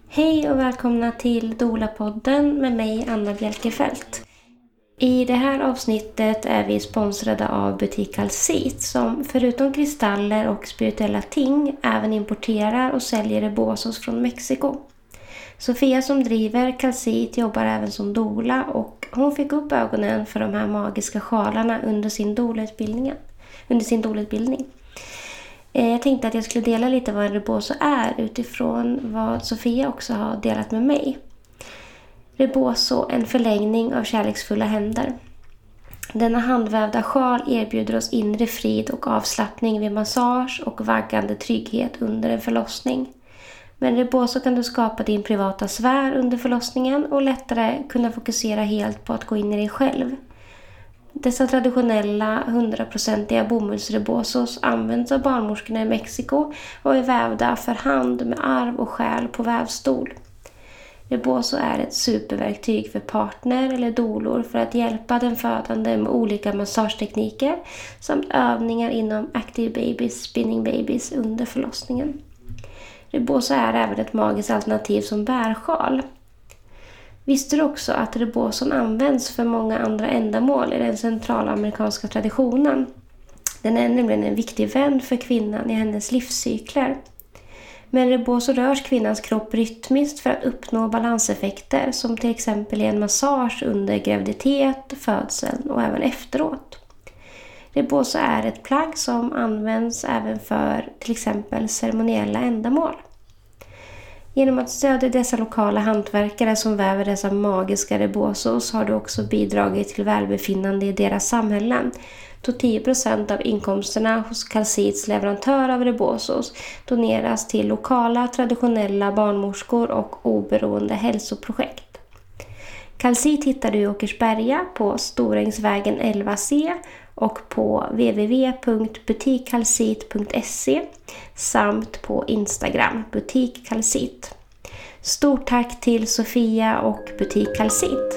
Hej och välkomna till Doula-podden med mig Anna Bjelkefelt. I det här avsnittet är vi sponsrade av butik Calcit som förutom kristaller och spirituella ting även importerar och säljer rebosos från Mexiko. Sofia som driver Calcit jobbar även som doula och hon fick upp ögonen för de här magiska sjalarna under sin doulautbildning. Jag tänkte att jag skulle dela lite vad en reboso är utifrån vad Sofia också har delat med mig. Reboso, en förlängning av kärleksfulla händer. Denna handvävda sjal erbjuder oss inre frid och avslappning vid massage och vaggande trygghet under en förlossning. Med reboso kan du skapa din privata sfär under förlossningen och lättare kunna fokusera helt på att gå in i dig själv. Dessa traditionella 100% bomullsrebosos används av barnmorskorna i Mexiko och är vävda för hand med arv och själ på vävstol. Reboso är ett superverktyg för partner eller doulor för att hjälpa den födande med olika massagetekniker samt övningar inom Active Babies, Spinning Babies under förlossningen. Reboso är även ett magiskt alternativ som bärsjal. Visste du också att reboson används för många andra ändamål i den centralamerikanska traditionen? Den är nämligen en viktig vän för kvinnan i hennes livscykler. Med reboso rörs kvinnans kropp rytmiskt för att uppnå balanseffekter som till exempel i en massage under graviditet, födseln och även efteråt. Reboso är ett plagg som används även för till exempel ceremoniella ändamål. Genom att stödja dessa lokala hantverkare som väver dessa magiska rebosos har du också bidragit till välbefinnande i deras samhällen. Då 10% av inkomsterna hos Calcits leverantör av rebosos doneras till lokala traditionella barnmorskor och oberoende hälsoprojekt. Calcit hittar du i Åkersberga på Storängsvägen 11C och på www.butikcalcit.se samt på Instagram, butik Calcit. Stort tack till Sofia och butik Calcit.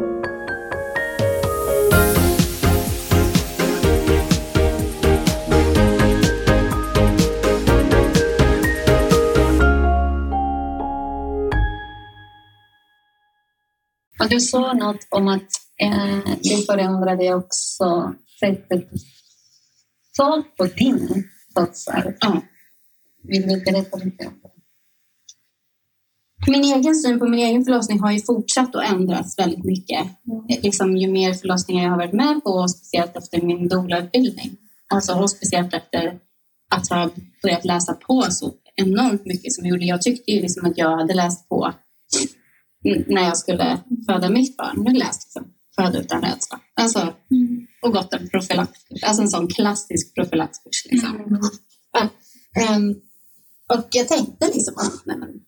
Och du sa något om att det förändrade också sättet du såg på din födsel. Ja. Vill du berätta lite om det? Min egen syn på min egen förlossning har ju fortsatt att ändras väldigt mycket. Liksom, ju mer förlossningar jag har varit med på, och speciellt efter min doula-utbildning. Alltså, och speciellt efter att ha börjat läsa på så enormt mycket som jag gjorde. Jag tyckte ju liksom att jag hade läst på när jag skulle föda mitt barn. Jag läste liksom föda utan rädsla. Alltså, och gått en profylaxkurs. Alltså en sån klassisk profylaxkurs. Liksom. Och jag tänkte liksom att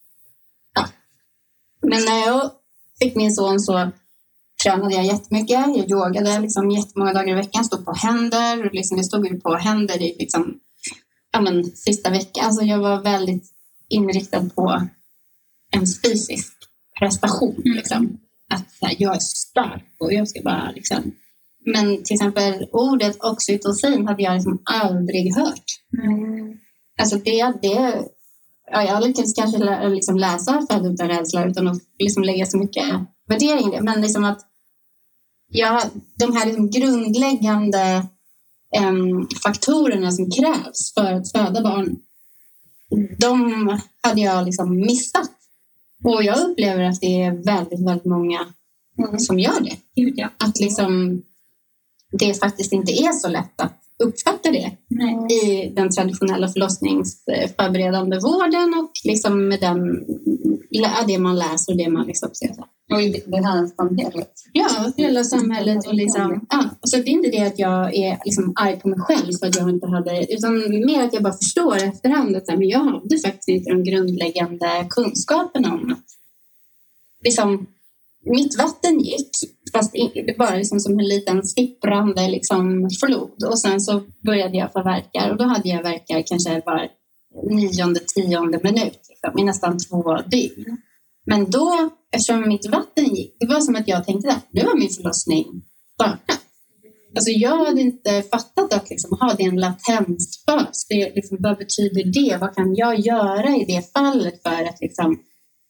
men när jag fick min son så tränade jag jättemycket. Jag yogade liksom jättemånga dagar i veckan. Stod på händer. Och liksom, jag stod ju på händer i liksom, sista veckan. Alltså jag var väldigt inriktad på en fysisk prestation. Liksom. Att här, jag är stark och jag ska bara liksom. Men till exempel ordet oxytocin hade jag liksom aldrig hört. Alltså jag lyckades kanske liksom läsa Född utan rädsla utan att liksom lägga så mycket värdering i det. Men liksom att de här liksom grundläggande faktorerna som krävs för att föda barn, de hade jag liksom missat. Och jag upplever att det är väldigt, väldigt många som gör det. Att liksom, det faktiskt inte är så lätt att uppfatta det i den traditionella förlossningsförberedande vården och liksom med det man läser och det man liksom ser. Och i det här samhället. Ja, hela samhället. Och liksom, och så det är inte det att jag är liksom arg på mig själv för att jag inte hade, utan mer att jag bara förstår efterhand att men jag hade faktiskt inte de grundläggande kunskaperna om att liksom, mitt vatten gick, fast det bara liksom som en liten sipprande liksom flod. Och sen så började jag få värkar och då hade jag värkar kanske var 9:e-10:e minut liksom, i nästan 2 dygn. Men då, eftersom mitt vatten gick, det var som att jag tänkte att nu var min förlossning startat. Alltså jag hade inte fattat att liksom, det är en latensfas. Det, liksom, vad betyder det? Vad kan jag göra i det fallet för att liksom,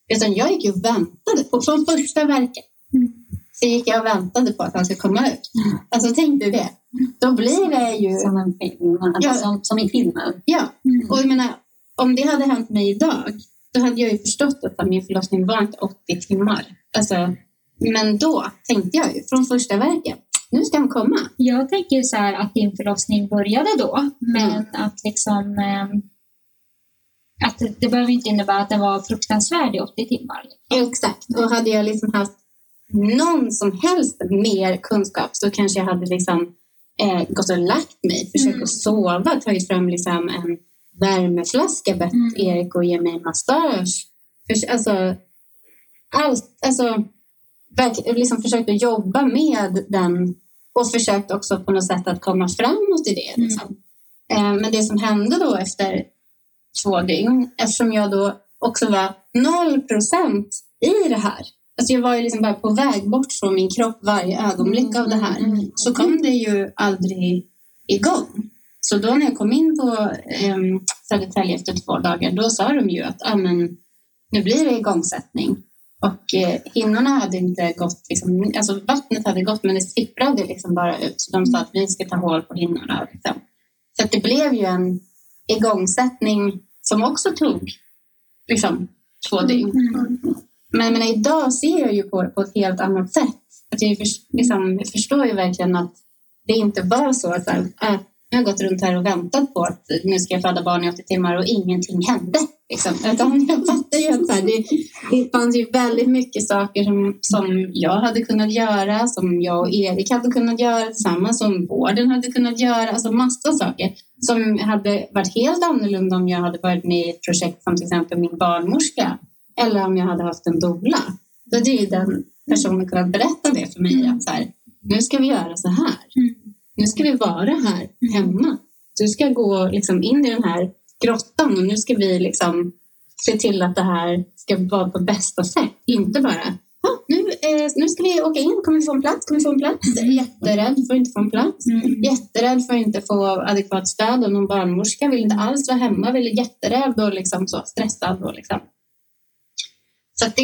Utan jag gick ju och väntade på, från första verket. Så gick jag och väntade på att han skulle komma ut. Alltså tänk dig det. Då blir det ju... Som en film, alltså, som i filmen. Ja, och jag menar, om det hade hänt mig idag, då hade jag ju förstått att min förlossning var inte 80 timmar. Alltså, men då tänkte jag ju från första verket, nu ska han komma. Jag tänker så här att din förlossning började då, men att liksom... Att det behöver inte innebära att den var fruktansvärd i 80 timmar. Exakt, och hade jag liksom haft någon som helst mer kunskap så kanske jag hade liksom gått och lagt mig, försökt att sova, tagit fram liksom en värmeflaska, bett Erik och ge mig massage. Alltså, allt, alltså liksom försökt att jobba med den och försökt också på något sätt att komma framåt i det. Liksom. Men det som hände då efter 2 dygn, eftersom jag då också var 0% i det här. Alltså jag var ju liksom bara på väg bort från min kropp varje ögonblick av det här. Så kom det ju aldrig igång. Så då när jag kom in på Södertälje efter 2 dagar, då sa de ju att nu blir det igångsättning. Och hinnorna hade inte gått, liksom, alltså vattnet hade gått men det sipprade liksom bara ut. Så de sa att vi ska ta hål på hinnorna. Liksom. Så att det blev ju en igångsättning som också tog liksom 2 dygn. Men idag ser jag ju på ett helt annat sätt. Att jag förstår ju verkligen att det inte var så att jag har gått runt här och väntat på att nu ska jag föda barn i 80 timmar och ingenting hände. Liksom. Utan jag fattar ju att det fanns ju väldigt mycket saker som jag hade kunnat göra, som jag och Erik hade kunnat göra tillsammans, som vården hade kunnat göra. Alltså massa saker som hade varit helt annorlunda om jag hade varit med i ett projekt som till exempel min barnmorska. Eller om jag hade haft en doula. Då hade ju den personen kunnat berätta det för mig. Att så här, nu ska vi göra så här. Nu ska vi vara här hemma. Du ska gå liksom in i den här grottan. Och nu ska vi liksom se till att det här ska vara på bästa sätt. Inte bara, nu ska vi åka in. Kommer vi få en plats? Jätterädd för att inte få en plats. Jätterädd för att inte få adekvat stöd. Och någon barnmorska vill inte alls vara hemma. Vill jätterädd och liksom så stressad. Och liksom. Så att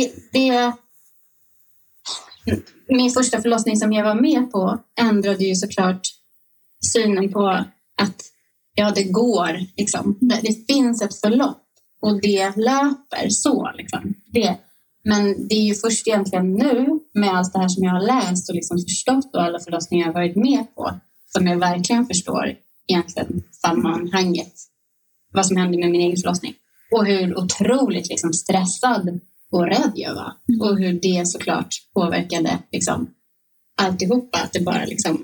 min första förlossning som jag var med på ändrade ju såklart synen på att det går liksom. Det finns ett förlopp och det löper så liksom. Men det är ju först egentligen nu med allt det här som jag har läst och liksom förstått och alla förlossningar jag har varit med på som jag verkligen förstår egentligen sammanhanget, vad som hände med min egen förlossning och hur otroligt liksom stressad och rädd jag var. Och hur det såklart påverkade liksom alltihopa. Att det bara liksom,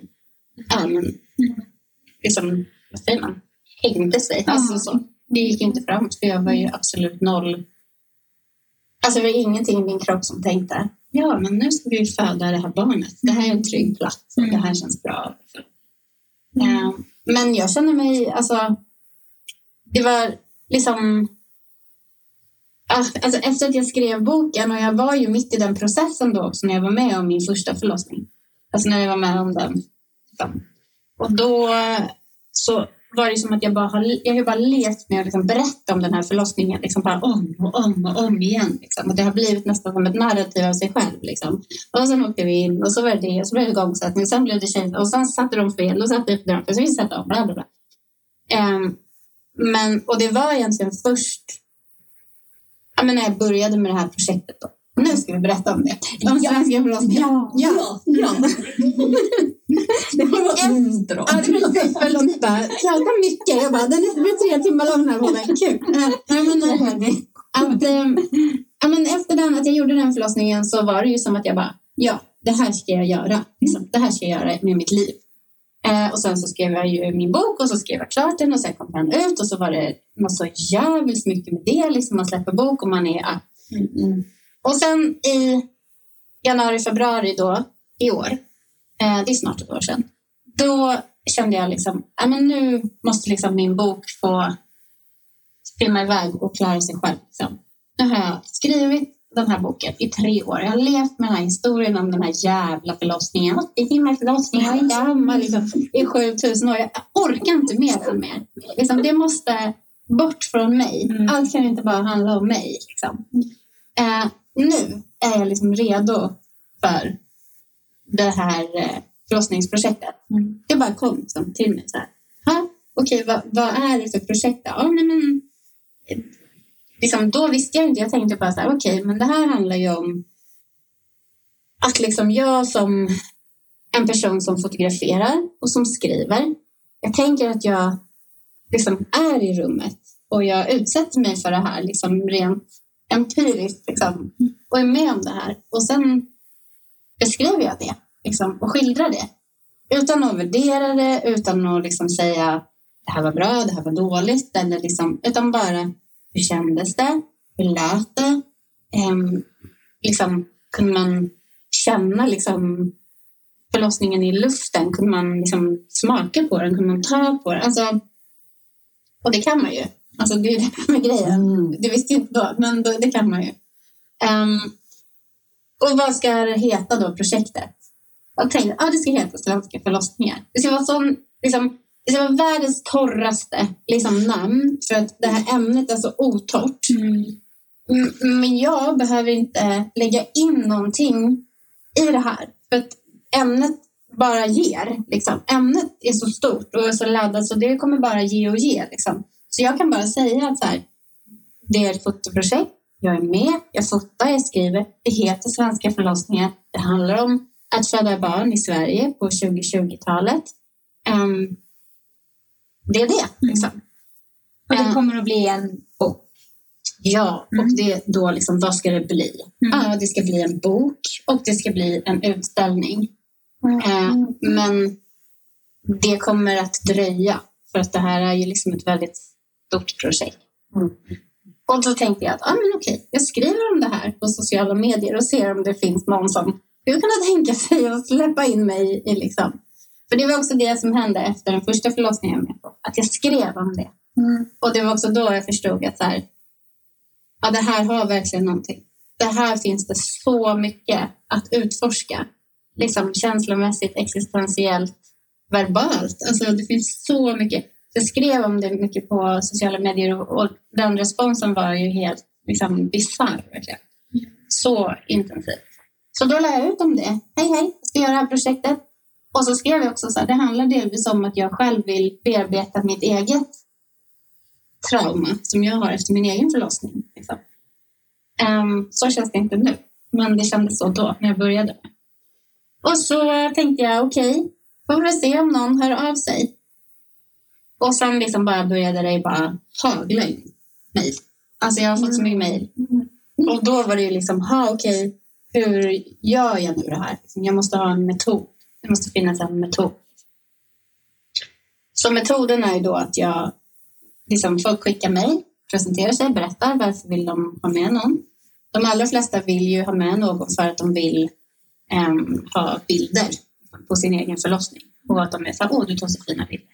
liksom vad säger man? Hängde sig. Alltså så. Det gick inte framåt för jag var ju absolut noll. Alltså det var ingenting i min kropp som tänkte, ja men nu ska vi föda det här barnet. Det här är en trygg plats. Det här känns bra. Men jag känner mig, alltså det var liksom... Alltså efter att jag skrev boken och jag var ju mitt i den processen då också när jag var med om min första förlossning. Alltså när jag var med om den. Och då så var det som att jag har bara levt med att liksom berätta om den här förlossningen liksom bara om igen. Liksom. Och det har blivit nästan som ett narrativ av sig själv. Liksom. Och sen åkte vi in och så var det och så blev det igångsättning. Sen blev det tjejt och sen satte de fel och satte upp dem. Så vi satte om bla bla bla. Och det var egentligen först när jag började med det här projektet då. Nu ska vi berätta om det. Om svenska förlossningen. Ja. Det var intro. Ja, det var superlångt bara. Prata mycket. Jag bara, den är 3 timmar lång den här podden. Kul. Efter den, att jag gjorde den förlossningen så var det ju som att jag bara, det här ska jag göra. Liksom. Det här ska jag göra med mitt liv. Och sen så skrev jag ju min bok och så skrev jag klart den och sen kom den ut och så var det så jävligt mycket med det. Liksom man släpper bok och man är... Och sen i januari, februari då, i år, det är snart 1 år sedan, då kände jag liksom, nu måste liksom min bok få filma iväg och klara sig själv. Liksom. Nu har jag skrivit den här boken i 3 år. Jag har levt med den här historien om den här jävla förlossningen. 80 timmar förlossning, jag är gammal liksom, i 7000 år. Jag orkar inte med den mer. Liksom, det måste bort från mig. Allt kan inte bara handla om mig. Liksom. Nu är jag liksom redo för det här förlossningsprojektet. Det bara kom liksom till mig så här. Okej, vad är det för projekt? Ja, nej, men liksom, då visste jag inte. Jag tänkte bara så här, okej, men det här handlar ju om att liksom jag som en person som fotograferar och som skriver. Jag tänker att jag liksom är i rummet och jag utsätter mig för det här liksom rent empiriskt liksom, och är med om det här. Och sen beskriver jag det liksom, och skildrar det. Utan att värdera det, utan att liksom säga det här var bra, det här var dåligt. Eller liksom, utan bara, hur kändes det? Hur lät det? Liksom, kunde man känna liksom, förlossningen i luften? Kunde man liksom, smaka på den? Kunde man ta på den? Alltså, och det kan man ju. Alltså, det är det med grejen. Det visste jag inte då, men det kan man ju. Och vad ska det heta då, projektet? Jag tänkte, det ska heta Svenska förlossningar. Det ska vara sån, liksom, det ska vara världens torraste liksom, namn. För att det här ämnet är så otort. Men jag behöver inte lägga in någonting i det här. För att ämnet bara ger. Liksom. Ämnet är så stort och är så laddat så det kommer bara ge och ge. Liksom. Så jag kan bara säga att så här, det är ett fotoprojekt. Jag är med, jag fotar, jag skriver. Det heter Svenska förlossningar. Det handlar om att föda barn i Sverige på 2020-talet. Det är det. Liksom. Och det kommer att bli en bok. Ja, och det då liksom, vad ska det bli? Det ska bli en bok och det ska bli en utställning. Men det kommer att dröja. För att det här är ju liksom ett väldigt stort projekt. Och då tänkte jag att men okej, jag skriver om det här på sociala medier och ser om det finns någon som skulle kunna tänka sig att släppa in mig i liksom. För det var också det som hände efter den första förlossningen jag med på. Att jag skrev om det. Och det var också då jag förstod att så här, det här har verkligen någonting. Det här finns det så mycket att utforska. Liksom känslomässigt, existentiellt, verbalt. Alltså det finns så mycket. Jag skrev om det mycket på sociala medier och den responsen var ju helt liksom, bizarr. Verkligen. Så intensivt. Så då lade jag ut om det. Hej, jag ska göra det här projektet. Och så skrev jag också så här, det handlar delvis om att jag själv vill bearbeta mitt eget trauma som jag har efter min egen förlossning. Liksom. Så känns det inte nu. Men det kändes så då när jag började. Och så tänkte jag, okej, får vi se om någon hör av sig. Och sen liksom bara började det bara hagla in mejl. Alltså jag har fått så mycket mejl. Och då var det ju liksom, okej, hur gör jag nu det här? Jag måste ha en metod. Det måste finnas en metod. Så metoden är ju då att jag liksom, folk skickar mejl, presenterar sig, berättar varför vill de ha med någon. De allra flesta vill ju ha med någon för att de vill ha bilder på sin egen förlossning. Och att de är så här, du tar så fina bilder.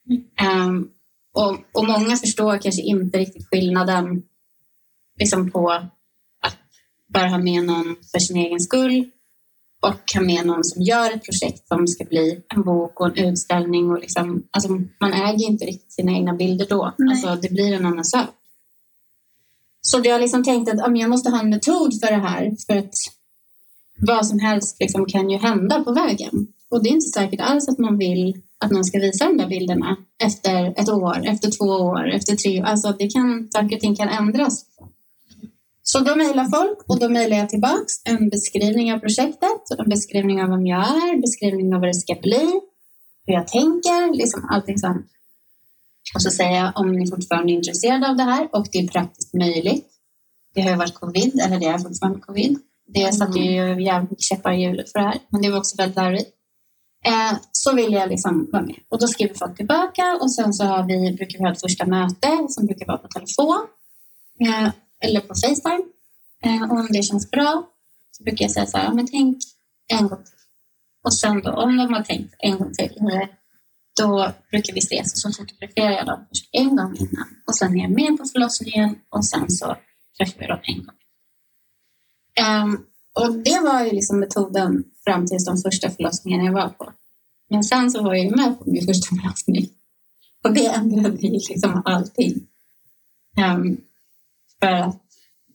Och många förstår kanske inte riktigt skillnaden liksom på att bara ha med någon för sin egen skull och ha med någon som gör ett projekt som ska bli en bok och en utställning. Och liksom, alltså, man äger inte riktigt sina egna bilder då. Alltså, det blir en annan sak. Så jag liksom tänkte att jag måste ha en metod för det här. För att vad som helst liksom, kan ju hända på vägen. Och det är inte säkert alls att man vill att någon ska visa de där bilderna efter 1 år, efter 2 år, efter 3 år. Alltså saker och ting kan ändras. Så då mejlar folk och då mejlar jag tillbaks en beskrivning av projektet, en beskrivning av vem jag är, beskrivning av vad det ska bli, hur jag tänker, liksom allting sånt. Och så säger jag om ni fortfarande är intresserade av det här och det är praktiskt möjligt. Det har ju varit covid, eller det är fortfarande covid. Det satte ju jävligt käppar i hjulet för det här, men det var också väldigt lärorikt. Så vill jag liksom vara med. Och då skriver folk tillbaka och sen så brukar vi ha ett första möte som brukar vara på telefon eller på FaceTime. Och om det känns bra så brukar jag säga så här, men tänk en gång till. Och sen då, om de har tänkt en gång till, då brukar vi ses och så fotograferar jag dem först en gång innan. Och sen är jag med på förlossningen och sen så träffar vi dem en gång. Och det var ju liksom metoden fram till de första förlossningarna jag var på. Men sen så var jag med på min första förlossning. Och det ändrade ju liksom allting. För att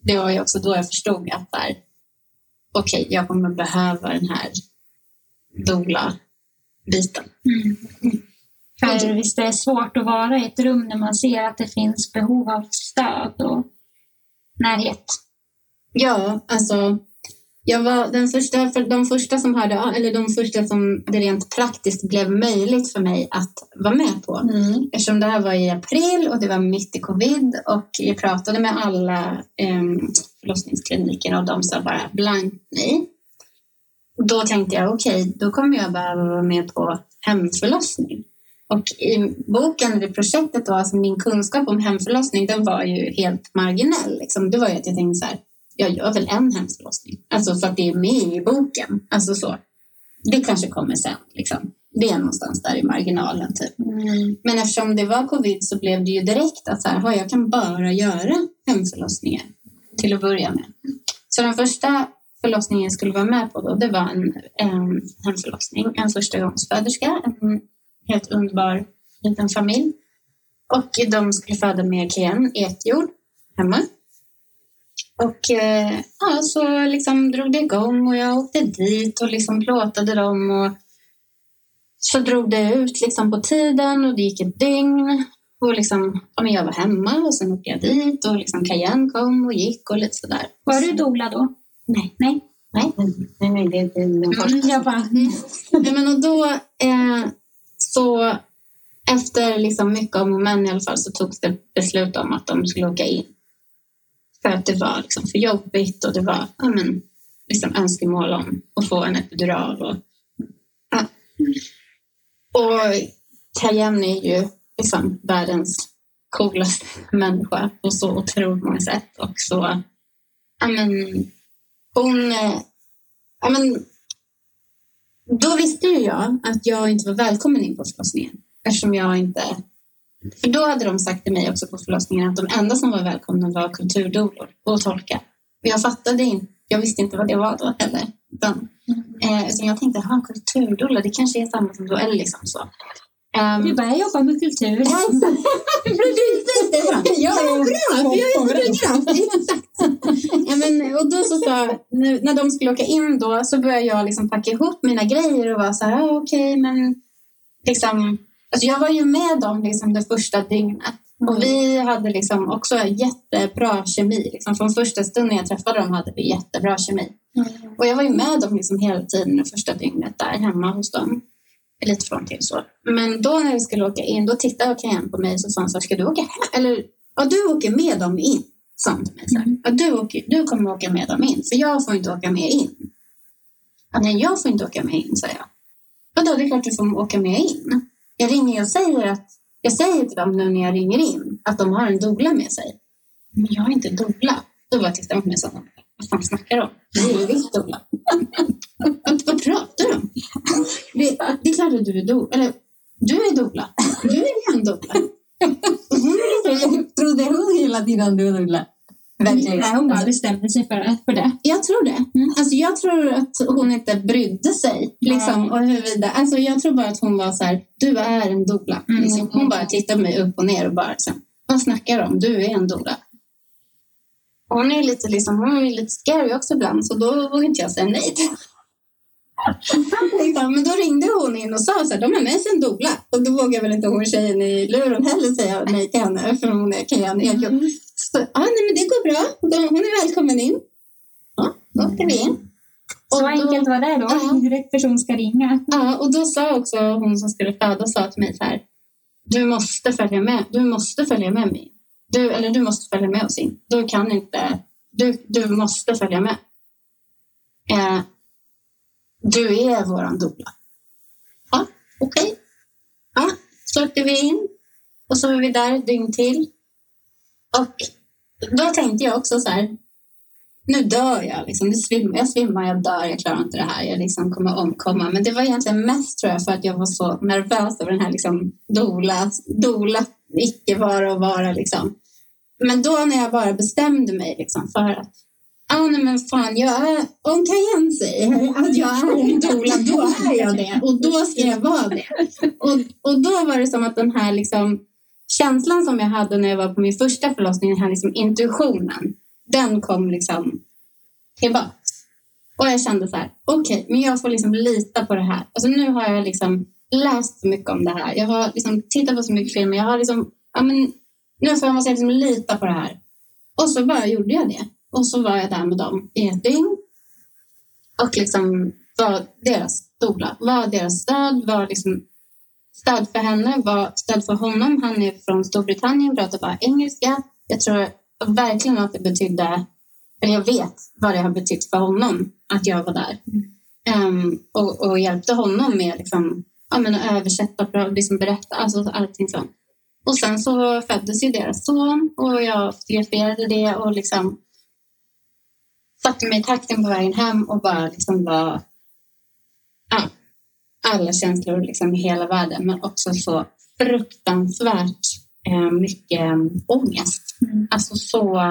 det var ju också då jag förstod att okej, jag kommer behöva den här doula-biten. För visst det är svårt att vara i ett rum när man ser att det finns behov av stöd och närhet. Ja, alltså jag var de första som det rent praktiskt blev möjligt för mig att vara med på. Eftersom det här var i april och det var mitt i covid och jag pratade med alla förlossningskliniker och de sa bara blankt nej. Då tänkte jag okej, då kommer jag behöva vara med på hemförlossning. Och i boken, eller projektet då, alltså min kunskap om hemförlossning, den var ju helt marginell. Liksom. Det var ju att jag tänkte så här, jag gör väl en hemförlossning. Alltså för att det är med i boken. Alltså så. Det kanske kommer sen. Liksom. Det är någonstans där i marginalen typ. Men eftersom det var covid så blev det ju direkt att så här, jag kan bara göra hemförlossningar till att börja med. Så den första förlossningen jag skulle vara med på då, det var en hemförlossning. En förstagångsföderska. En helt underbar liten familj. Och de skulle föda med Ken ekjord hemma. Och så liksom drog det igång och jag åkte dit och liksom plåtade dem och så drog det ut liksom på tiden och det gick ett dygn och liksom, men jag var hemma och sen åkte jag dit och liksom Cayenne kom och gick och lite sådär. Var du doula då? Nej, det är den första. Jag bara... Nej, men och då så efter liksom mycket om och men i alla fall så togs det beslut om att de skulle åka in. För att det var liksom för jobbigt och det var liksom önskemål om att få en epidural. Och Cayenne är ju liksom världens coolaste människa på så otroligt många sätt. Och så, då visste ju jag att jag inte var välkommen in på förlossningen. Eftersom jag inte... För då hade de sagt till mig också på förlossningen att de enda som var välkomna var kulturdoulor och tolkar. Jag fattade inte, jag visste inte vad det var då heller. Så jag tänkte, kulturdoula, det kanske är samma som då, eller liksom så. Du börjar jobba med kultur. Precis, det är bra. Ja, bra, för jag är exakt. Och då så sa, när de skulle åka in då, så började jag liksom packa ihop mina grejer och vara så här, okej, men liksom... Alltså jag var ju med dem liksom det första dygnet. Och vi hade liksom också jättebra kemi. Liksom från första stunden jag träffade dem hade vi jättebra kemi. Och jag var ju med dem liksom hela tiden det första dygnet där hemma hos dem. Lite från till så. Men då när vi skulle åka in, då tittade jag igen på mig och sa han så här, ska du åka hem? Eller, du åker med dem in. Sa han till mig så här. Du kommer åka med dem in. För jag får inte åka med in. Nej, jag får inte åka med in, sa jag. Och då är det klart du får åka med in. Jag ringer och säger till dem nu när jag ringer in att de har en doula med sig. Men jag har inte doula. Då var jag på mig och sa, vad fan snackar de? Det är ju visst doula. Vad pratar de? Det är klart att du är doula. Eller, du är doula. Du är en doula. Trodde hon hela tiden du är doula? Nej, hon bara bestämde sig för det. Jag tror det. Alltså jag tror att hon inte brydde sig. Liksom, och huruvida. Alltså jag tror bara att hon var så här, du är en doula. Liksom. Hon bara tittade mig upp och ner och bara liksom, vad snackar du om? Du är en doula. Hon är lite scary också ibland. Så då vågade inte jag säga nej. Men då ringde hon in och sa så här, de har med sig en doula. Och då vågade väl inte hon tjejen i luren heller säga nej till henne. För hon kan jag. Så, nej men det går bra. Hon är välkommen in. Ja, då åker vi in. Så enkelt var det då. Rätt person ska ringa. Ja, och då sa också hon som skulle föda sa till mig så här, du måste följa med. Du måste följa med mig. Du måste följa med oss in. Du kan inte. Du måste följa med. Du är våran doula. Ja, okej. Ja, så åkte vi in. Och så var vi där ett dygn till. Och då tänkte jag också så här, nu dör jag liksom. Jag svimmar, jag dör, jag klarar inte det här. Jag liksom kommer omkomma. Men det var egentligen mest tror jag för att jag var så nervös över den här liksom doula icke vara liksom. Men då när jag bara bestämde mig liksom för att nej men fan, om Cayenne säger att jag är en doula, då är jag det. Och då ska jag vara det. Och då var det som att den här liksom känslan som jag hade när jag var på min första förlossning, den här liksom intuitionen, den kom liksom tillbaka. Och jag kände så här, okej, men jag får liksom lita på det här. Alltså nu har jag liksom läst så mycket om det här. Jag har liksom tittat på så mycket filmer. Jag har liksom, nu får jag liksom lita på det här. Och så bara gjorde jag det. Och så var jag där med dem i ett dygn. Och liksom var deras doula, var deras stöd, var liksom stöd för henne, var stöd för honom. Han är från Storbritannien, pratar bara engelska. Jag tror verkligen att det betydde, eller jag vet vad det har betytt för honom att jag var där. Och hjälpte honom med liksom, att översätta, liksom berätta, alltså allting sånt. Och sen så föddes ju deras son och jag fotograferade det och liksom satte mig i takten på vägen hem och bara liksom var alla känslor liksom i hela världen, men också så fruktansvärt mycket ångest. Alltså så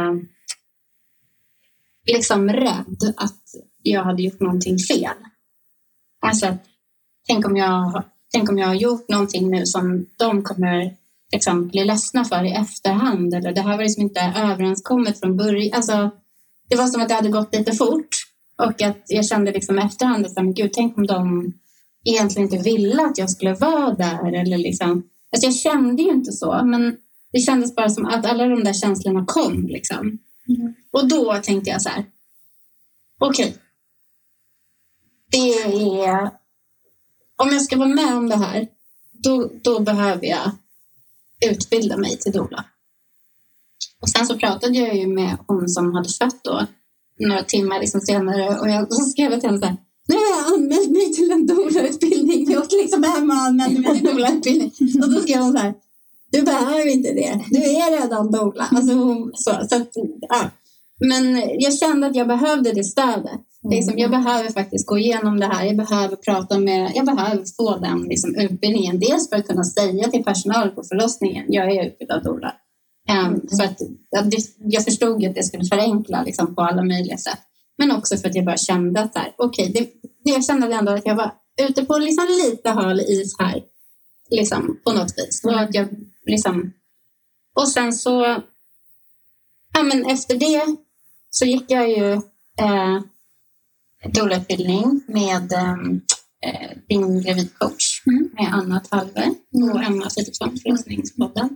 liksom rädd att jag hade gjort någonting fel. Alltså tänk om jag har gjort någonting nu som de kommer liksom bli ledsna för i efterhand, eller det här var liksom inte överenskommet från början. Alltså det var som att det hade gått lite fort och att jag kände liksom efterhand att men gud, tänk om de egentligen inte ville att jag skulle vara där, eller liksom, alltså jag kände ju inte så, men det kändes bara som att alla de där känslorna kom liksom. Och då tänkte jag så här, okej, det är, om jag ska vara med om det här, då behöver jag utbilda mig till doula. Och sen så pratade jag ju med hon som hade fött då några timmar liksom senare, och jag skrev till henne så här, nu har jag anmält mig till en doula-utbildning. Jag liksom hemma anmälde mig till en doula-utbildning. Och då skrev hon så här, du behöver inte det. Du är redan doula. Alltså, så att, ja. Men jag kände att jag behövde det stödet. Liksom, jag behöver faktiskt gå igenom det här. Jag behöver få den liksom, utbildningen. Dels för att kunna säga till personal på förlossningen, jag är utbildad doula. För att jag förstod att det skulle förenkla liksom, på alla möjliga sätt. Men också för att jag bara kände att jag kände ändå att jag var ute på liksom lite hal is här. Liksom, på något vis. Och att jag liksom... Och sen så... men efter det så gick jag ju doula-utbildning med din gravidcoach. Med Anna Talve och Emma Frithiofsson, förlossningspodden.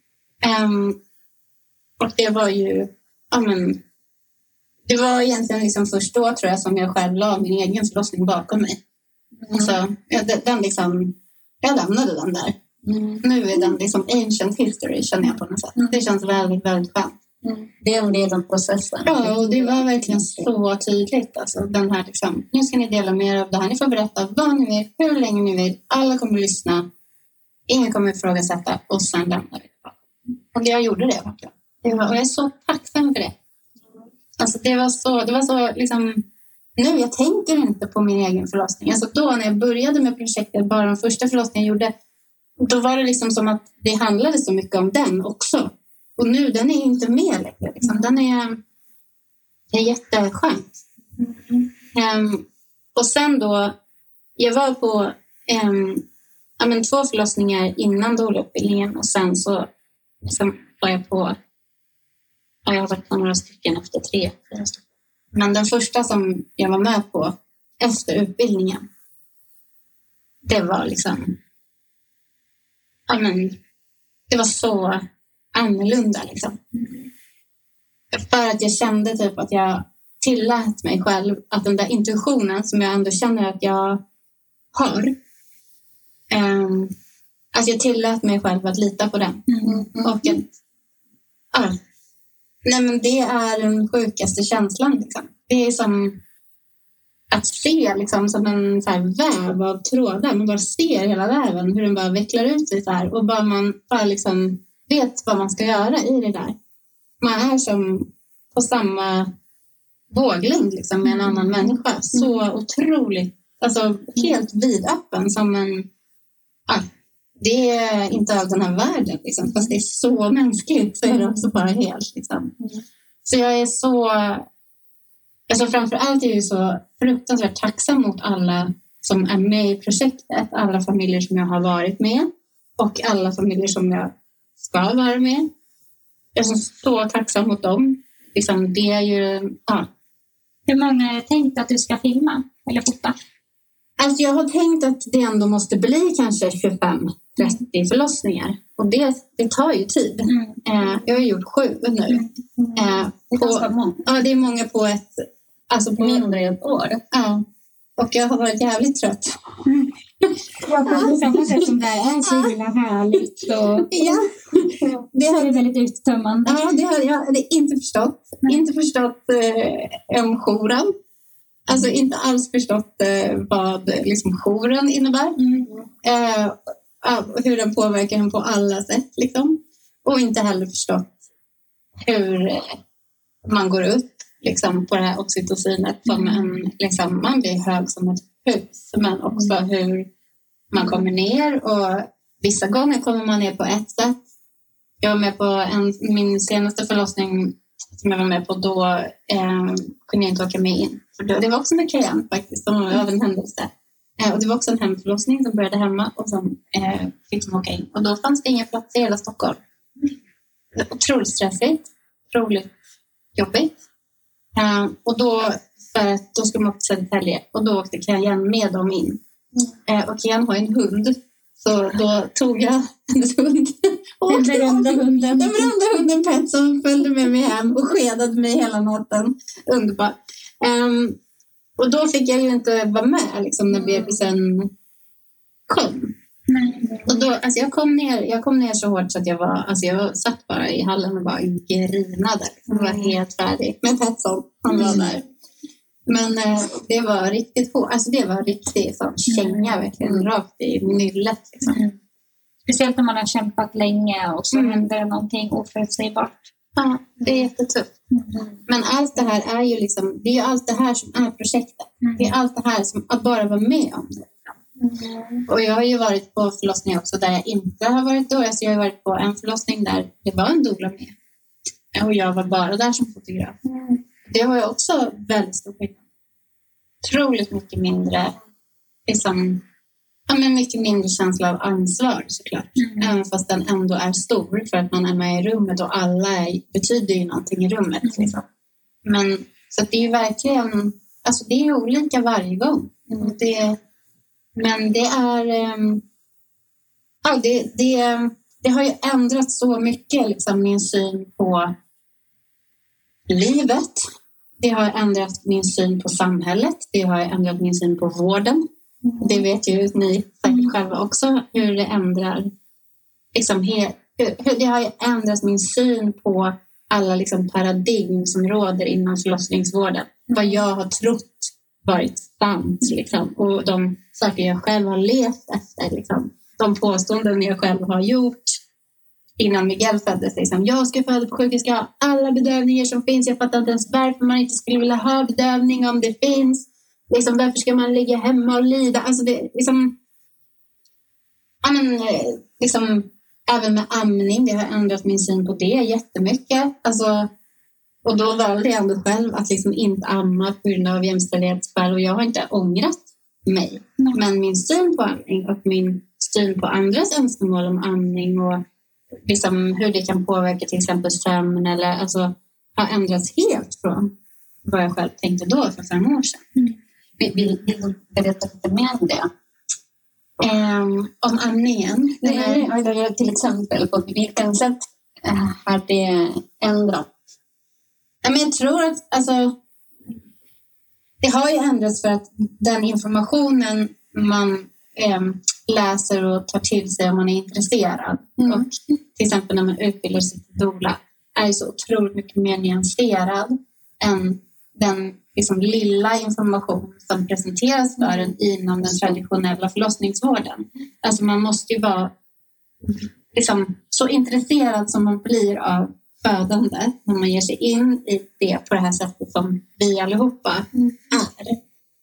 Och det var ju... det var egentligen liksom först då tror jag som jag själv la min egen förlossning bakom mig. Alltså, den liksom, jag lämnade den där. Nu är den liksom ancient history, känner jag på något sätt. Det känns väldigt, väldigt skönt. Det är en del av processen. Ja, och det var verkligen så tydligt. Alltså, den här liksom, nu ska ni dela mer av det här. Ni får berätta vad ni vill, hur länge ni vill. Alla kommer att lyssna. Ingen kommer att ifrågasätta. Och sen lämnar vi. Och jag gjorde det verkligen. Och jag är så tacksam för det. Alltså det var så liksom, nu jag tänker inte på min egen förlossning. Alltså då när jag började med projektet, bara den första förlossningen jag gjorde, då var det liksom som att det handlade så mycket om den också. Och nu, den är inte med längre. Liksom. Den är jätteskönt. Och sen då, jag var på 2 förlossningar innan doula-utbildningen och sen så liksom, var jag på, jag har varit på några stycken efter 3. Men den första som jag var med på efter utbildningen, det var liksom, det var så annorlunda liksom. För att jag kände typ att jag tillät mig själv att den där intuitionen som jag ändå känner att jag har, att jag tillät mig själv att lita på den. Och att det är den sjukaste känslan liksom. Det är som att se liksom, som en så här väv av trådar. Man bara ser hela väven, hur den bara vecklar ut sig så här. Och man bara liksom vet vad man ska göra i det där. Man är som på samma våglängd liksom, med en annan människa. Så otroligt, alltså helt vidöppen som en... det är inte av den här världen liksom. Fast det är så mänskligt så är det också bara helt liksom. Så jag är så... Alltså framförallt är jag så fruktansvärt tacksam mot alla som är med i projektet. Alla familjer som jag har varit med. Och alla familjer som jag ska vara med. Jag är så tacksam mot dem. liksom, det är ju... Ja. Hur många är tänkt att du ska filma eller fota? Alltså jag har tänkt att det ändå måste bli kanske 25-30 förlossningar. Och det tar ju tid. Jag har gjort 7 nu. Det är ganska många. Ja, det är många på ett... Alltså på Mindre än ett år. Ja. Och jag har varit jävligt trött. Ja, på samma sätt som det är så himla härligt. Och Ja. det är väldigt uttömmande. Ja, det har jag inte förstått. Inte förstått jouren. Alltså inte alls förstått vad liksom jouren innebär. Hur den påverkar en på alla sätt. Liksom. Och inte heller förstått hur man går upp liksom, på det här oxytocinet. Som liksom, man blir hög som ett hus. Men också hur man kommer ner. Och vissa gånger kommer man ner på ett sätt. Jag var med på min senaste förlossning som jag var med på, då kunde jag inte åka med in. För det var också med Kajan faktiskt, som var en händelse. Och det var också en hemförlossning som började hemma och sen fick de åka in. Och då fanns det inga plats i hela Stockholm. Otroligt stressigt, otroligt jobbigt. Och då skulle man åka till Södertälje och då åkte Kajan med dem in. Och Kajan har en hund. Så då tog jag hennes hund. Den berömda hunden. Den berömda hunden Pet som följde med mig hem och skedade mig hela natten. Underbart. Och då fick jag ju inte vara med liksom, när bebisen kom. Och då, alltså jag kom ner så hårt så att jag satt bara i hallen och bara grinade. Jag var helt färdig med Petson. Han var där. Men det var riktigt hårt. Alltså det var riktigt sån känga verkligen rakt i nyllet. Liksom. Speciellt när man har kämpat länge och så händer någonting oförutsägbart. Ja, det är jättetufft. Men allt det här är ju liksom, det är ju allt det här som är projektet. Det är allt det här som att bara vara med om det. Och jag har ju varit på förlossningar också där jag inte har varit då. Alltså jag har varit på en förlossning där det var en doula med. Och jag var bara där som fotograf. Det har jag också väldigt stor skillnad. Otroligt mycket mindre liksom, mycket mindre känsla av ansvar såklart. Även fast den ändå är stor för att man är med i rummet och alla betyder ju någonting i rummet. Liksom. Men så att det är ju verkligen, alltså det är olika varje gång. Men det är det har ju ändrat så mycket liksom, min syn på livet. Det har ändrat min syn på samhället. Det har ändrat min syn på vården. Det vet ju ni säkert själva också. Hur det ändrar. Liksom, det har ju ändrat min syn på alla liksom, paradigm som råder inom förlossningsvården. Vad jag har trott varit sant. Liksom. Och de saker jag själv har levt efter. Liksom. De påståenden jag själv har gjort. Innan Miguel föddes. Liksom. Jag ska föda på sjukhus. Jag har alla bedövningar som finns. Jag fattar inte ens varför man inte skulle vilja ha bedövning om det finns. Liksom, varför ska man ligga hemma och lida? Alltså det, liksom, även med amning. Det har ändrat min syn på det jättemycket. Alltså, och då valde jag ändå själv att liksom inte amma på grund av jämställdhetsskäl. Och jag har inte ångrat mig. Men min syn på amning och min syn på andras önskemål om amning och liksom hur det kan påverka till exempel sömn eller alltså har ändrats helt från vad jag själv tänkte då för 5 år sedan. Vill du berätta lite mer om det? Om amningen? Eller till exempel på vilken sätt har det ändrat? Men jag tror att alltså, det har ju ändrats för att den informationen man läser och tar till sig om man är intresserad. Och till exempel när man utbildar sig till doula är så otroligt mycket mer nyanserad än den liksom lilla information som presenteras för en inom den traditionella förlossningsvården. Alltså man måste ju vara liksom så intresserad som man blir av födande när man ger sig in i det på det här sättet som vi allihopa är.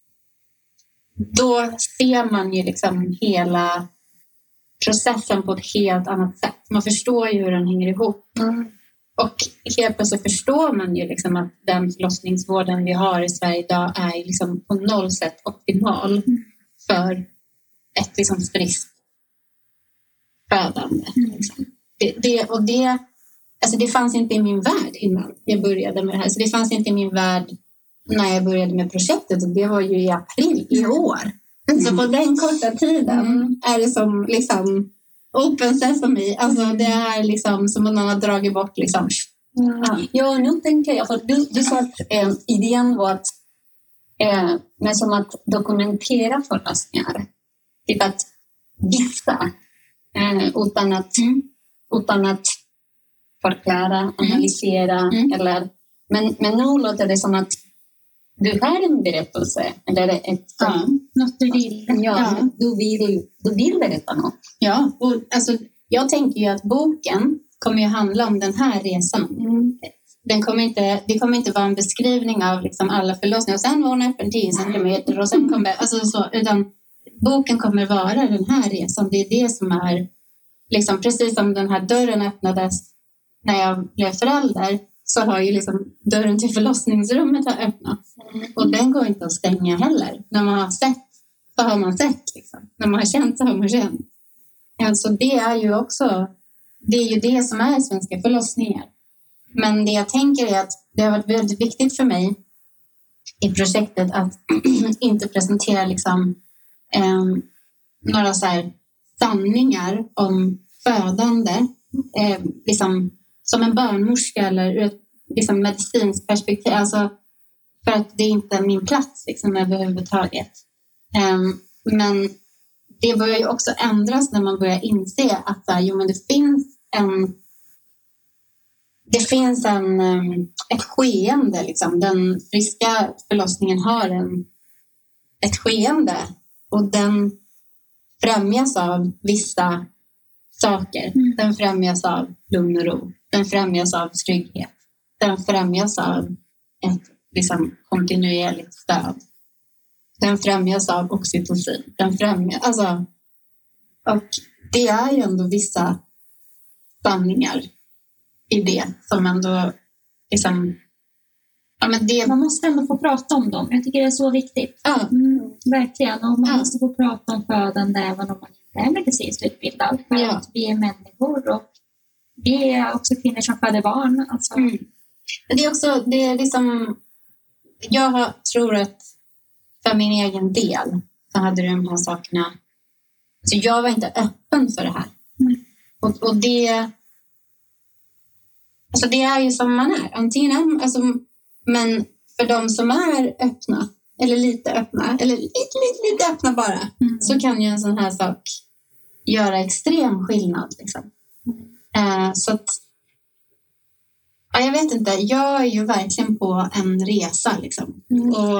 Då ser man ju liksom hela processen på ett helt annat sätt. Man förstår ju hur den hänger ihop. Och helt plötsligt förstår man ju liksom att den förlossningsvården vi har i Sverige idag är liksom på noll sätt optimal för ett liksom friskt födande. Liksom. alltså det fanns inte i min värld innan jag började med det här. Så det fanns inte i min värld när jag började med projektet. Och det var ju i april i år. Så på den korta tiden är det som liksom open sesame. Alltså det är liksom som om någon har dragit bort liksom. Ja, nu tänker jag, för du sa att idén var att men som att dokumentera förlossningar. Typ att visa utan att förklara, analysera. Eller, men nu låter det som att du har en berättelse. Eller något du vill. Ja. Du vill berätta något. Ja, och alltså, jag tänker ju att boken kommer ju handla om den här resan. Det kommer inte vara en beskrivning av liksom alla förlossningar. Och sen var hon öppen 10 centimeter. Och sen kommer, alltså så, utan boken kommer vara den här resan. Det är det som är liksom, precis som den här dörren öppnades när jag blev förälder. Så har ju liksom dörren till förlossningsrummet har öppnats. Och den går inte att stänga heller. När man har sett så har man sett. Liksom. När man har känt så har man känt. Alltså det är ju också, det är ju det som är svenska förlossningar. Men det jag tänker är att det har varit väldigt viktigt för mig i projektet att inte presentera liksom, några så här sanningar om födande liksom, som en barnmorska eller ur ett liksom, medicinskt perspektiv. Alltså, för att det är inte min plats liksom, överhuvudtaget. Men det börjar ju också ändras när man börjar inse att men det finns ett skeende. Liksom. Den friska förlossningen har ett skeende och den främjas av vissa saker. Den främjas av lugn och ro. Den främjas av trygghet. Den främjas av ett liksom, kontinuerligt stöd. Den främjas av oxytocin. Och det är ju ändå vissa sanningar i det som ändå liksom, man måste ändå få prata om dem. Jag tycker det är så viktigt. Ja. Verkligen. Och man måste få prata om födande även om man inte är medicinskt utbildad. För att vi är människor och vi är också kvinnor som föder barn. Alltså. Det är liksom, jag tror att för min egen del så hade de här sakerna, så jag var inte öppen för det här. Och det, alltså det är ju som man är. Antingen, alltså, men för de som är öppna, eller lite öppna, eller lite öppna bara, så kan ju en sån här sak göra extrem skillnad. Liksom. Så att, ja, jag vet inte, jag är ju verkligen på en resa. Liksom. Och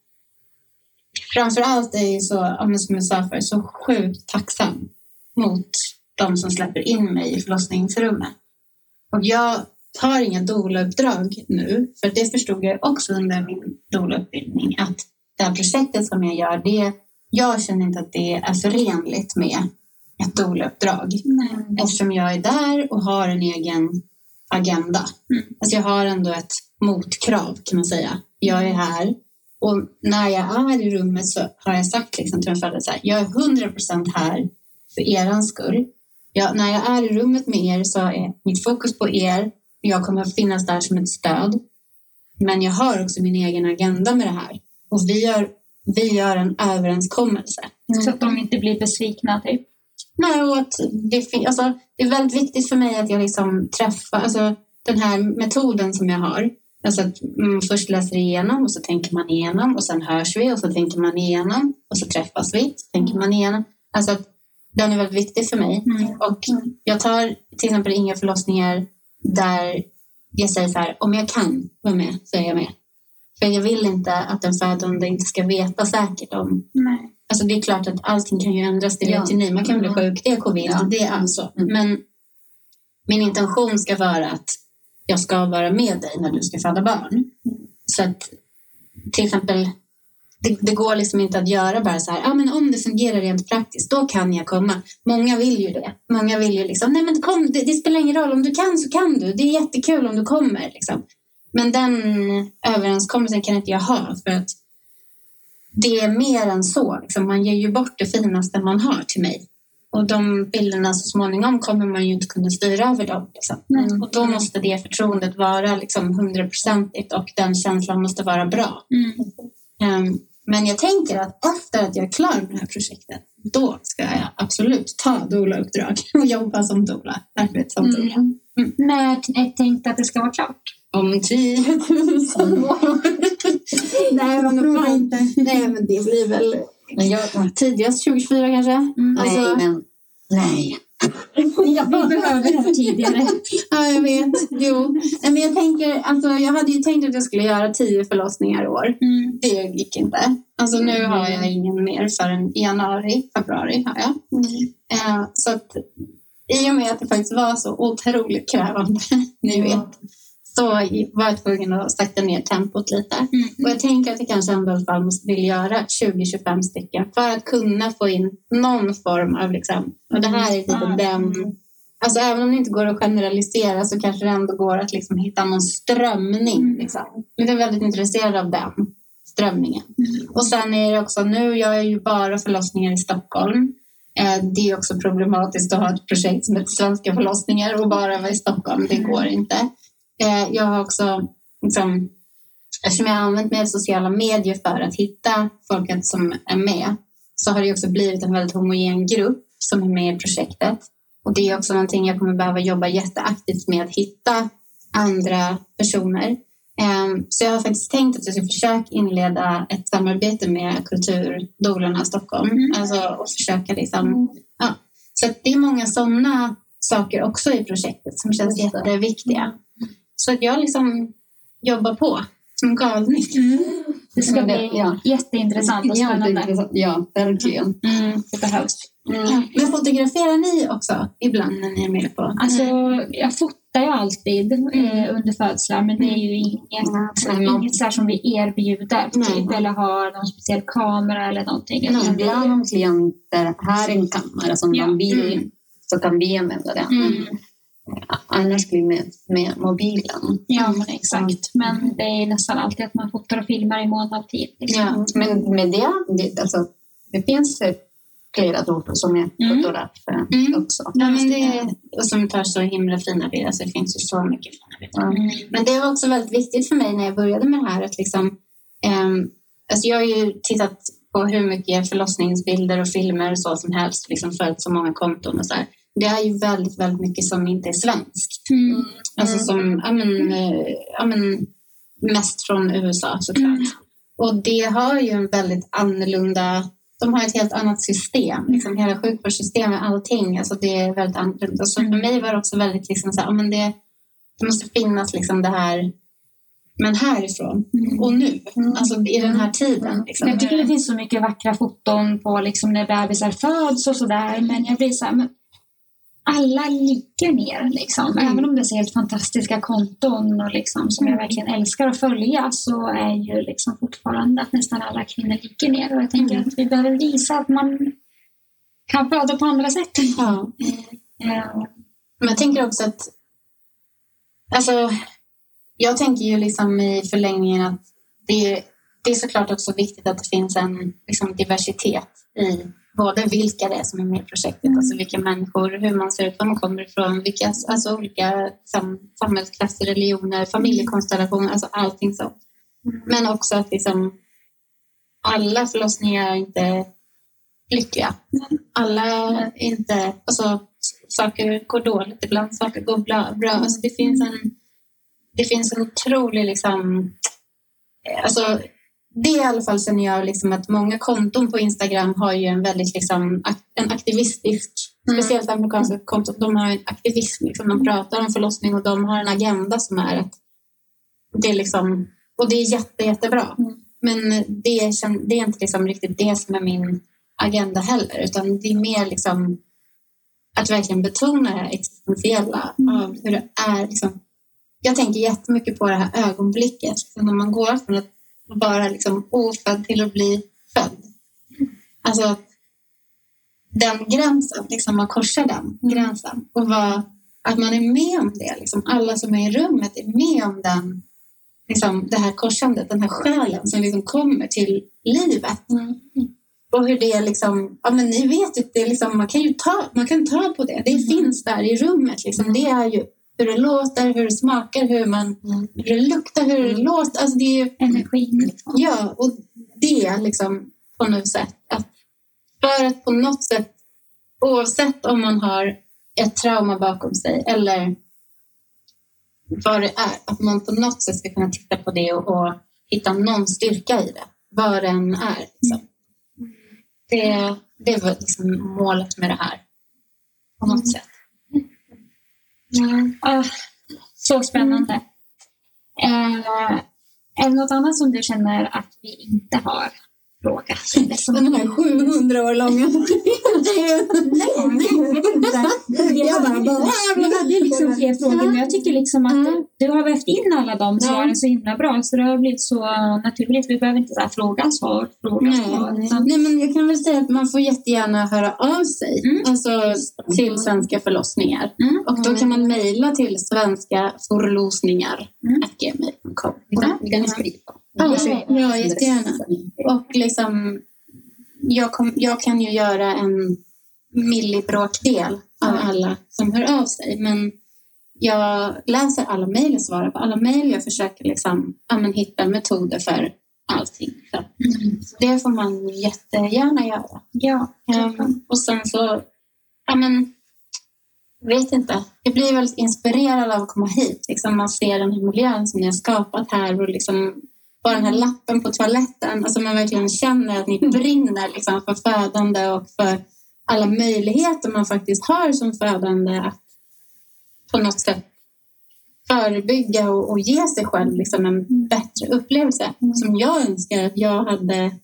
framförallt är jag så, som jag sa för, så sjukt tacksam mot de som släpper in mig i förlossningsrummet. Och jag tar inga doula-uppdrag nu, för det förstod jag också under min doula-utbildning, att det här projektet som jag gör, jag känner inte att det är förenligt med ett doula-uppdrag. Eftersom jag är där och har en egen agenda. Alltså jag har ändå ett motkrav, kan man säga. Jag är här. Och när jag är i rummet så har jag sagt liksom, till en förälder så här, jag är 100% här för er skull. När jag är i rummet med er så är mitt fokus på er. Jag kommer att finnas där som ett stöd. Men jag har också min egen agenda med det här. Och vi gör en överenskommelse. Så att de inte blir besvikna typ. Nej, och att det är väldigt viktigt för mig att jag liksom träffar, alltså den här metoden som jag har. Alltså att man först läser igenom och så tänker man igenom och sen hörs vi och så tänker man igenom och så träffas vi, så tänker man igenom. Alltså att den är väldigt viktig för mig. Och jag tar till exempel inga förlossningar där jag säger så här, om jag kan vara med så är jag med. För jag vill inte att den födande inte ska veta säkert om. Alltså det är klart att allting kan ju ändras, det vet ju ni. Man kan bli sjuk, det är covid, det är alltså. Men min intention ska vara att jag ska vara med dig när du ska föda barn. Så att till exempel, det går liksom inte att göra bara så här, men om det fungerar rent praktiskt, då kan jag komma. Många vill ju det. Många vill ju liksom, nej men kom, det spelar ingen roll, om du kan så kan du. Det är jättekul om du kommer liksom. Men den överenskommelsen kan inte jag ha, för att det är mer än så. Liksom. Man ger ju bort det finaste man har till mig. Och de bilderna så småningom kommer man ju inte kunna styra över dem. Liksom. Och då måste det förtroendet vara liksom 100% och den känslan måste vara bra. Men jag tänker att efter att jag är klar med det här projektet, då ska jag absolut ta doula-uppdrag och jobba som doula. När är tänkt att det ska vara klart? Om 10 000 år. Nej, men det blir väl tidigast 2024 kanske. Nej. Vi behöver det här tidigare. Ja, jag vet. Jo. Men jag tänker, alltså, jag hade ju tänkt att jag skulle göra 10 förlossningar i år. Det gick inte. Alltså nu har jag ingen mer förrän februari har jag. Så att i och med att det faktiskt var så otroligt krävande, ni vet, så var jag tvungen att sakta ner tempot lite. Och jag tänker att jag kanske ändå i alla fall måste vilja göra 20-25 stycken för att kunna få in någon form av liksom, och det här är lite den, alltså även om det inte går att generalisera så kanske det ändå går att liksom hitta någon strömning liksom. Jag är väldigt intresserad av den strömningen. Och sen är det också, nu jag är ju bara förlossningar i Stockholm. Det är också problematiskt att ha ett projekt som heter Svenska förlossningar och bara vara i Stockholm, det går inte. Jag har också, liksom, eftersom jag har använt mig av sociala medier för att hitta folk som är med, så har det också blivit en väldigt homogen grupp som är med i projektet. Och det är också någonting jag kommer behöva jobba jätteaktivt med, att hitta andra personer. Så jag har faktiskt tänkt att jag ska försöka inleda ett samarbete med kulturdolarna i Stockholm. Alltså, och försöka liksom, ja. Så att det är många sådana saker också i projektet som känns jätteviktiga. Så att jag liksom jobbar på som galning. Det ska bli jätteintressant och spännande. Ja, verkligen. Det behövs. Men fotograferar ni också ibland när ni är med på? Alltså, jag fotar ju alltid under födslar, men det är ju inget så här som vi erbjuder typ, eller har någon speciell kamera eller någonting. Ibland om klienter har en kamera som de vill, så kan vi använda den. Annars blir det med mobilen. Ja, men exakt. Men det är nästan alltid att man fotar och filmar i mån av tid. Liksom. Ja, men med det alltså, det finns flera dotor som är fotografer också. Ja, men det, och som tar så himla fina bilder. Alltså, det finns ju så mycket fina bilder. Men det var också väldigt viktigt för mig när jag började med det här. Att liksom, alltså jag har ju tittat på hur mycket förlossningsbilder och filmer och så som helst. Liksom följt så många konton och så här. Det är ju väldigt, väldigt mycket som inte är svenskt. Alltså som, mest från USA såklart. Och det har ju en väldigt annorlunda, de har ett helt annat system. Liksom hela sjukvårdssystemet, allting. Alltså det är väldigt annorlunda. Så för mig var det också väldigt liksom så här, men det måste finnas liksom det här, men härifrån och nu. Alltså i den här tiden. Liksom. Jag tycker det finns så mycket vackra foton på liksom när bebisar föds och sådär. Men jag blir så här, men alla ligger ner liksom. Även om det är helt fantastiska konton och liksom, som jag verkligen älskar att följa, så är ju liksom fortfarande att nästan alla kvinnor ligger ner. Och jag tänker att vi behöver visa att man kan föda på andra sätt. Men jag tänker också att alltså, jag tänker ju liksom i förlängningen att det är såklart också viktigt att det finns en liksom diversitet i både vilka det är som är med i projektet, alltså vilka människor, hur man ser ut, var man kommer ifrån, vilka alltså olika samhällsklasser, religioner, familjekonstellationer, alltså allting så. Men också att liksom alla förlossningar är inte lyckliga. Alla är inte, alltså saker går dåligt ibland, saker går bra. Alltså det finns en otrolig liksom, alltså det i alla fall känner jag liksom att många konton på Instagram har ju en väldigt liksom en aktivistisk, speciellt amerikanska konton, de har en aktivism liksom, de pratar om förlossning och de har en agenda som är att det är liksom, och det är jättebra. Men det är inte liksom riktigt det som är min agenda heller, utan det är mer liksom att verkligen betona det här existentiella av hur det är liksom. Jag tänker jättemycket på det här ögonblicket när man går från att bara liksom ofödd till att bli född. Alltså den gränsen, liksom man korsar den gränsen och att man är med om det, liksom alla som är i rummet är med om den, liksom det här korsandet, den här själen som liksom kommer till livet. Och hur det är liksom, ja men ni vet att det är liksom, man kan ta på det. Det finns där i rummet liksom. Det är ju hur det låter, hur det smakar, hur det luktar, hur det låter. Alltså det är ju energin. Liksom. Ja, och det är liksom på något sätt att för att på något sätt, oavsett om man har ett trauma bakom sig eller vad det är, att man på något sätt ska kunna titta på det och hitta någon styrka i det, vad den är. Liksom. Det var liksom målet med det här på något sätt. Ja. Så spännande. Är det något annat som du känner att vi inte har frågat? Den här 700 år långa. Vi hade liksom fler frågor, men jag tycker liksom att du har vävt in alla de svaren så himla bra, så det har blivit så naturligt. Vi behöver inte fråga svar. Nej, men jag kan väl säga att man får jättegärna höra av sig alltså till Svenska förlossningar. Och då kan man mejla till svenskaförlossningar@gmail.com. Vi kan skriva. Ja, jättegärna. Och liksom, jag kan ju göra en millibråkdel av alla som hör av sig. Men jag läser alla mejl och svarar på alla mejl. Jag försöker liksom, hitta metoder för allting. Så det får man jättegärna göra. Ja. Och sen så, vet inte. Jag blir väldigt inspirerad av att komma hit. Liksom man ser den här miljön som ni har skapat här och liksom bara den här lappen på toaletten. Alltså man verkligen känner att ni brinner liksom för födande och för alla möjligheter man faktiskt har som födande att på något sätt förebygga och ge sig själv liksom en bättre upplevelse som jag önskar att jag hade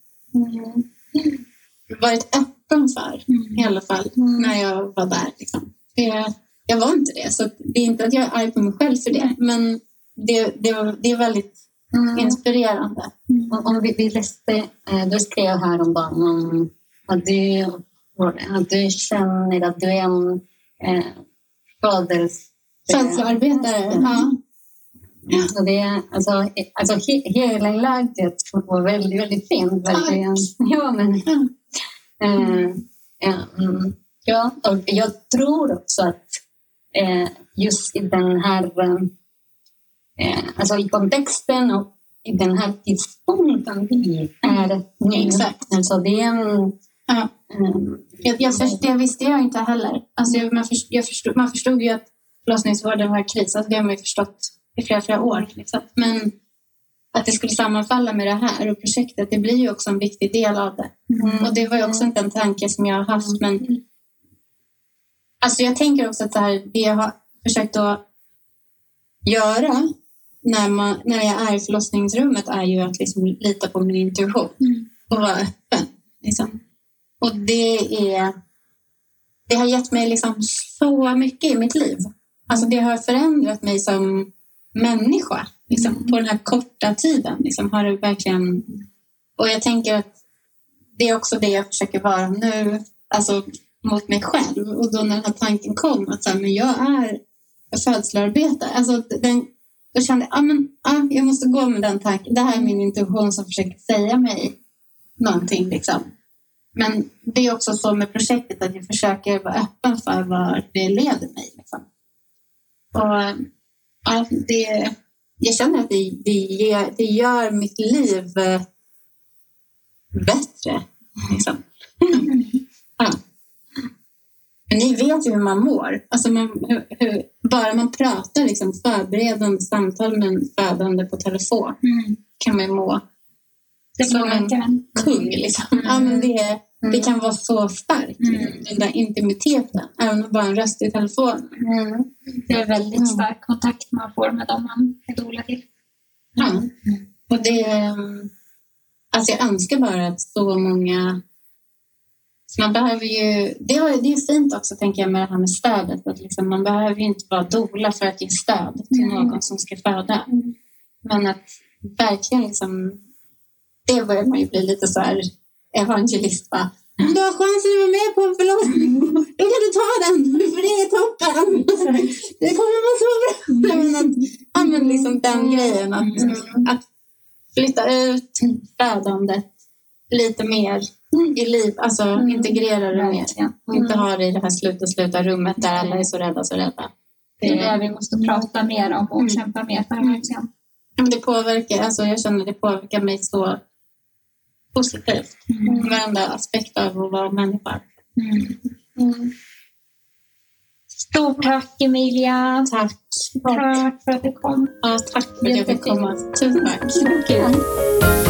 varit öppen för i alla fall när jag var där. Liksom. Jag var inte det, så det är inte att jag är arg på mig själv för det, men det är väldigt inspirerande. Om vi läste, du skrev här om dagen att du känner att du är en födelsearbetare. Så det är alltså hela läget var väldigt, väldigt fint. Och jag tror också att just i den här alltså i kontexten och i den här tidspunkten vi är nu. Exakt. Alltså det är det visste jag inte heller. Alltså man förstod ju att förlossningsvården var kris. Alltså det har man ju förstått i flera år. Liksom. Men att det skulle sammanfalla med det här och projektet, det blir ju också en viktig del av det. Och det var ju också inte en tanke som jag har haft. Men alltså jag tänker också att det jag har försökt att göra när jag är i förlossningsrummet är ju att liksom lita på min intuition och vara öppen. Liksom. Och det har gett mig liksom så mycket i mitt liv. Alltså det har förändrat mig som människa. Liksom, på den här korta tiden liksom, har det verkligen... Och jag tänker att det är också det jag försöker vara nu. Alltså mot mig själv. Och då när den här tanken kom att men jag är födslararbetare. Alltså då kände jag jag måste gå med den tanken. Det här är min intuition som försöker säga mig någonting liksom. Men det är också så med projektet att jag försöker vara öppen för vad det leder mig. Liksom. Och jag känner att det gör mitt liv bättre. Liksom. Men ni vet ju hur man mår. Alltså bara man pratar liksom, förberedande samtal med en födande på telefon kan man må som en kung. Liksom. Men det kan vara så starkt. Den där intimiteten. Även bara en röst i telefon. Det är väldigt stark kontakt man får med dem man är dola till. Och alltså jag önskar bara att så många... Så man behöver ju... Det är fint också, tänker jag, med det här med stödet. Att liksom, man behöver ju inte vara dola för att ge stöd till någon som ska föda. Men att verkligen liksom... Det börjar man ju bli lite så här evangelist. Om du har chansen att vara med på en förlossning, då kan du ta den, för det är toppen. Det kommer vara så bra. Men liksom den grejen att flytta ut födandet lite mer i liv. Alltså integrera det mer. Inte ha det i det här sluta rummet där alla är så rädda. Det är det vi måste prata mer om och kämpa mer för verkligen. Det påverkar, alltså jag känner det påverkar mig så positivt. Varenda aspekt av att vara människa. Stort tack Emilia. Tack Tack för att du kom. Ja, tack för att jag fick komma. Tusen tack.